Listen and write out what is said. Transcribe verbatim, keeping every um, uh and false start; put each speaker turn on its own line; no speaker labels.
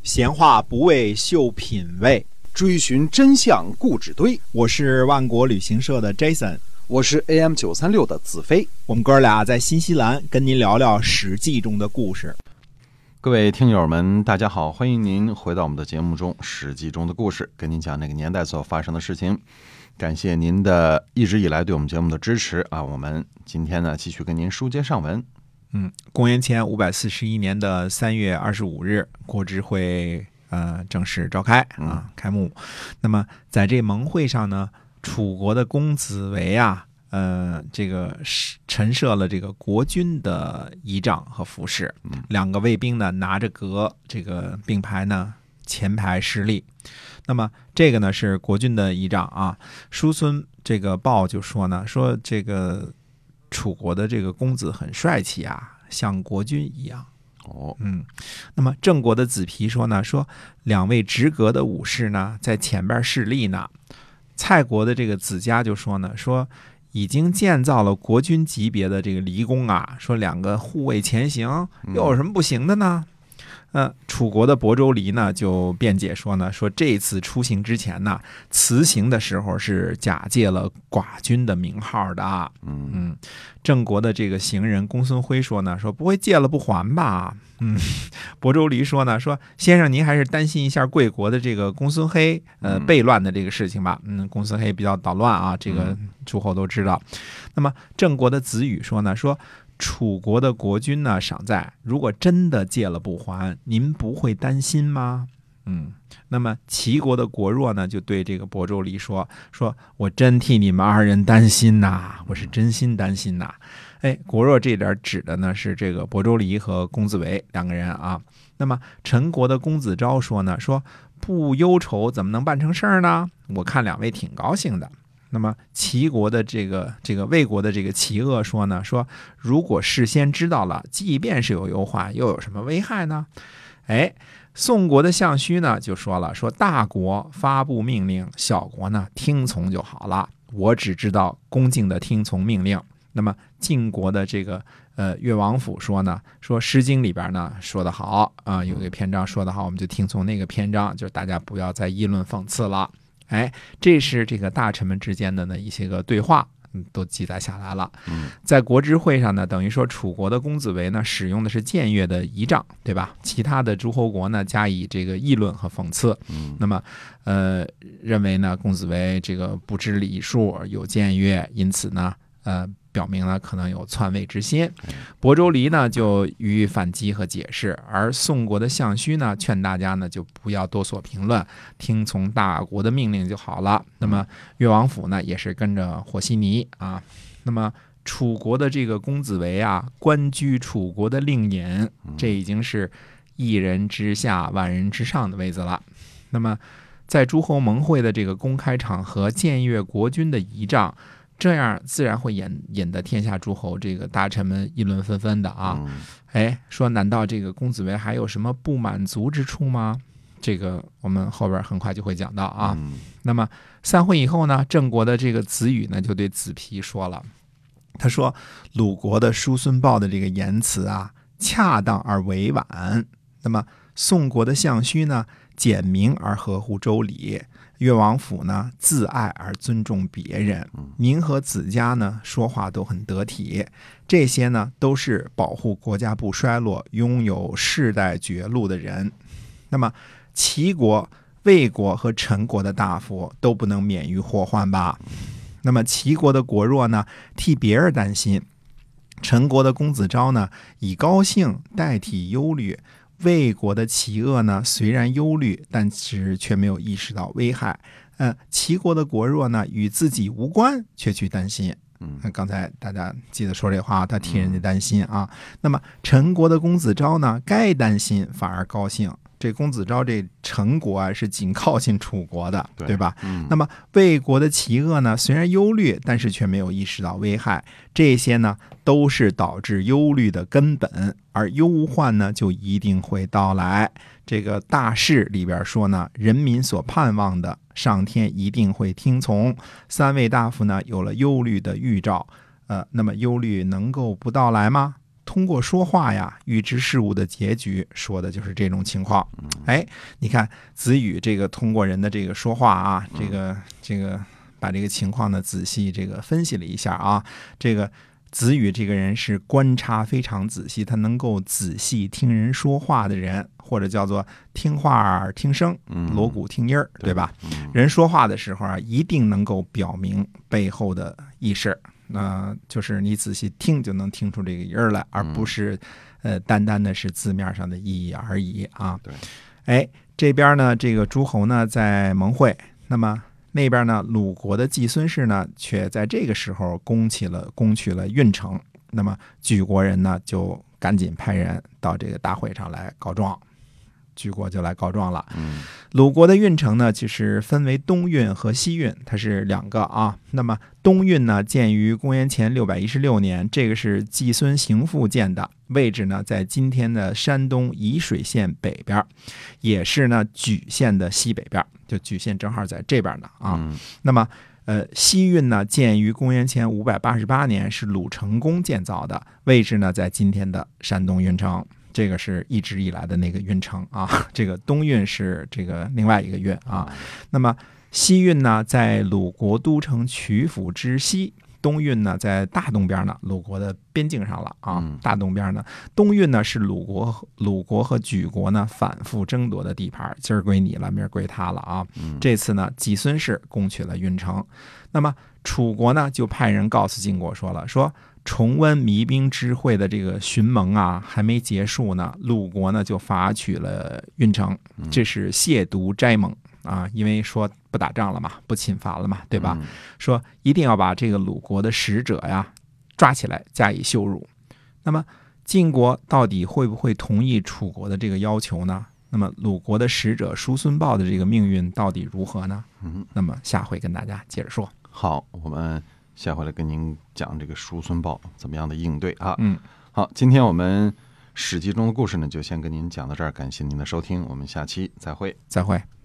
闲话不为秀品味，
追寻真相故纸堆。
我是万国旅行社的 Jason，
我是 A M 九三六 的子飞。
我们哥俩在新西兰跟您聊聊史记中的故事。
各位听友们大家好，欢迎您回到我们的节目中，史记中的故事，跟您讲那个年代所发生的事情。感谢您的一直以来对我们节目的支持啊！我们今天呢继续跟您书接上文。
嗯，公元前五百四十一年的三月二十五日，国知会呃正式召开啊，开幕。那么在这盟会上呢，楚国的公子围啊，呃，这个陈设了这个国君的仪仗和服饰，两个卫兵呢拿着戈，这个并排呢前排施礼。那么这个呢是国君的仪仗啊。叔孙这个报就说呢，说这个楚国的这个公子很帅气啊，像国君一样。
哦，
嗯，那么郑国的子皮说呢，说两位直阁的武士呢在前边侍立呢。蔡国的这个子家就说呢，说已经建造了国君级别的这个离宫啊，说两个护卫前行，又有什么不行的呢？呃，楚国的亳州离呢就辩解说呢，说这次出行之前呢，辞行的时候是假借了寡君的名号的。
嗯
嗯，郑国的这个行人公孙辉说呢，说不会借了不还吧？嗯，亳州离说呢，说先生您还是担心一下贵国的这个公孙黑呃悖乱的这个事情吧。嗯，公孙黑比较捣乱啊，这个诸侯都知道。那么郑国的子羽说呢，说楚国的国君呢赏在，如果真的借了不还，您不会担心吗？嗯，那么齐国的国若呢就对这个亳州离说，说我真替你们二人担心呐，我是真心担心呐。哎，国若这点指的呢是这个亳州离和公子围两个人啊。那么陈国的公子昭说呢，说不忧愁怎么能办成事儿呢？我看两位挺高兴的。那么齐国的这个这个魏国的这个齐恶说呢，说如果事先知道了，即便是有忧患，又有什么危害呢？哎，宋国的相须呢就说了，说大国发布命令，小国呢听从就好了，我只知道恭敬的听从命令。那么晋国的这个呃越王府说呢，说《诗经》里边呢说得好啊、呃，有一个篇章说得好，我们就听从那个篇章，就是大家不要再议论讽刺了。哎，这是这个大臣们之间的呢一些个对话，嗯，都记载下来了。在国知会上呢，等于说楚国的公子围呢使用的是僭越的仪仗，对吧？其他的诸侯国呢加以这个议论和讽刺。那么，呃，认为呢公子围这个不知礼数，有僭越，因此呢，呃。表明了可能有篡位之心，亳州离呢就予以反击和解释，而宋国的相须呢劝大家呢就不要多所评论，听从大国的命令就好了。那么越王府呢也是跟着和稀泥啊。那么楚国的这个公子围啊，官居楚国的令尹，这已经是一人之下万人之上的位子了。那么在诸侯盟会的这个公开场合僭越国君的仪仗，这样自然会引引得天下诸侯这个大臣们议论纷纷的啊！哎，说难道这个公子围还有什么不满足之处吗？这个我们后边很快就会讲到啊。那么散会以后呢，郑国的这个子羽呢就对子皮说了，他说鲁国的叔孙豹的这个言辞啊，恰当而委婉。那么宋国的相须呢，简明而合乎周礼。越王府呢，自爱而尊重别人。您和子家呢，说话都很得体。这些呢，都是保护国家不衰落、拥有世代绝路的人。那么，齐国、魏国和陈国的大夫都不能免于祸患吧？那么，齐国的国若呢，替别人担心；陈国的公子昭呢，以高兴代替忧虑。魏国的齐恶呢，虽然忧虑，但是却没有意识到危害。呃，齐国的国若呢，与自己无关，却去担心。嗯，刚才大家记得说这话，他替人家担心啊。那么陈国的公子昭呢，该担心反而高兴。这公子昭这陈国啊是紧靠近楚国的， 对, 对吧、嗯、那么魏国的齐恶呢，虽然忧虑，但是却没有意识到危害。这些呢都是导致忧虑的根本，而忧患呢就一定会到来。这个大事里边说呢，人民所盼望的，上天一定会听从。三位大夫呢有了忧虑的预兆，呃，那么忧虑能够不到来吗？ 通过说话呀预知事物的结局，说的就是这种情况。哎，你看子羽这个通过人的这个说话啊，这个这个把这个情况呢仔细这个分析了一下啊，这个子羽这个人是观察非常仔细，他能够仔细听人说话的人，或者叫做听话耳听声，锣鼓听音儿，对吧？人说话的时候啊，一定能够表明背后的意思，那、呃、就是你仔细听就能听出这个音儿来，而不是呃单单的是字面上的意义而已啊。
对，
哎，这边呢，这个诸侯呢在盟会，那么那边呢，鲁国的季孙氏呢，却在这个时候攻起了攻取了郓城。那么莒国人呢，就赶紧派人到这个大会上来告状，莒国就来告状了。
嗯，
鲁国的郓城呢，其实分为东郓和西郓，它是两个啊。那么东郓呢，建于公元前六百一十六年，这个是季孙行父建的，位置呢在今天的山东沂水县北边，也是呢莒县的西北边，就莒县正好在这边呢啊。
嗯、
那么呃，西郓呢建于公元前五百八十八年，是鲁成公建造的，位置呢在今天的山东郓城。这个是一直以来的那个郓城啊，这个东郓是这个另外一个郓啊。那么西郓呢，在鲁国都城曲阜之西，东郓呢在大东边呢，鲁国的边境上了啊。大东边呢，东郓呢是鲁国鲁国和莒国呢反复争夺的地盘，今儿归你了，明儿归他了啊。这次呢，季孙氏攻取了郓城，那么楚国呢就派人告诉晋国说了，说重温弭兵之会的这个寻盟啊，还没结束呢，鲁国呢就伐取了郓城，这是亵渎斋盟啊，因为说不打仗了嘛，不侵伐了嘛，对吧？说一定要把这个鲁国的使者呀抓起来加以羞辱。那么晋国到底会不会同意楚国的这个要求呢？那么鲁国的使者叔孙豹的这个命运到底如何呢？嗯，那么下回跟大家接着说。
好，我们下回来跟您讲这个叔孙豹怎么样的应对啊。
嗯，
好，今天我们史记中的故事呢，就先跟您讲到这儿，感谢您的收听，我们下期再会。
再会。